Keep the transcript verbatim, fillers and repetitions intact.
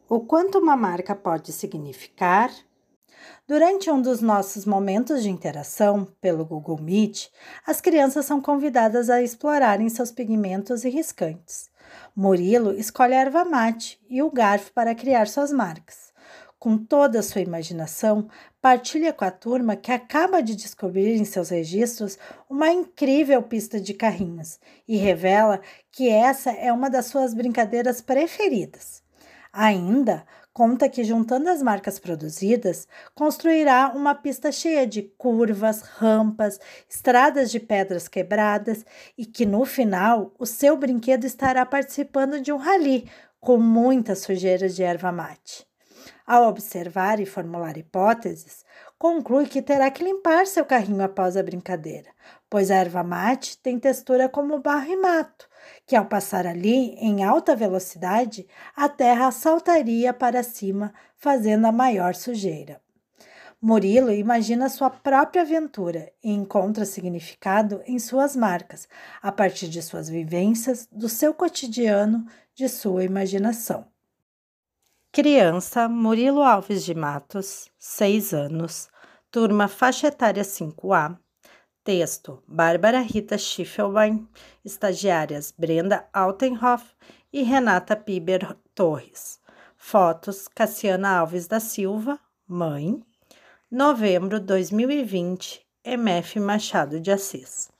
O quanto uma marca pode significar? Durante um dos nossos momentos de interação pelo Google Meet, as crianças são convidadas a explorarem seus pigmentos e riscantes. Murilo escolhe a erva mate e o garfo para criar suas marcas. Com toda a sua imaginação, partilha com a turma que acaba de descobrir em seus registros uma incrível pista de carrinhos e revela que essa é uma das suas brincadeiras preferidas. Ainda conta que, juntando as marcas produzidas, construirá uma pista cheia de curvas, rampas, estradas de pedras quebradas e que, no final, o seu brinquedo estará participando de um rally com muitas sujeiras de erva mate. Ao observar e formular hipóteses, conclui que terá que limpar seu carrinho após a brincadeira, pois a erva mate tem textura como barro e mato, que ao passar ali em alta velocidade, a terra saltaria para cima, fazendo a maior sujeira. Murilo imagina sua própria aventura e encontra significado em suas marcas, a partir de suas vivências, do seu cotidiano, de sua imaginação. Criança Murilo Alves de Matos, seis anos, turma faixa etária cinco A. Texto: Bárbara Rita Schiffelbein, estagiárias Brenda Altenhoff e Renata Piber Torres. Fotos: Cassiana Alves da Silva, mãe. Novembro de dois mil e vinte, M F Machado de Assis.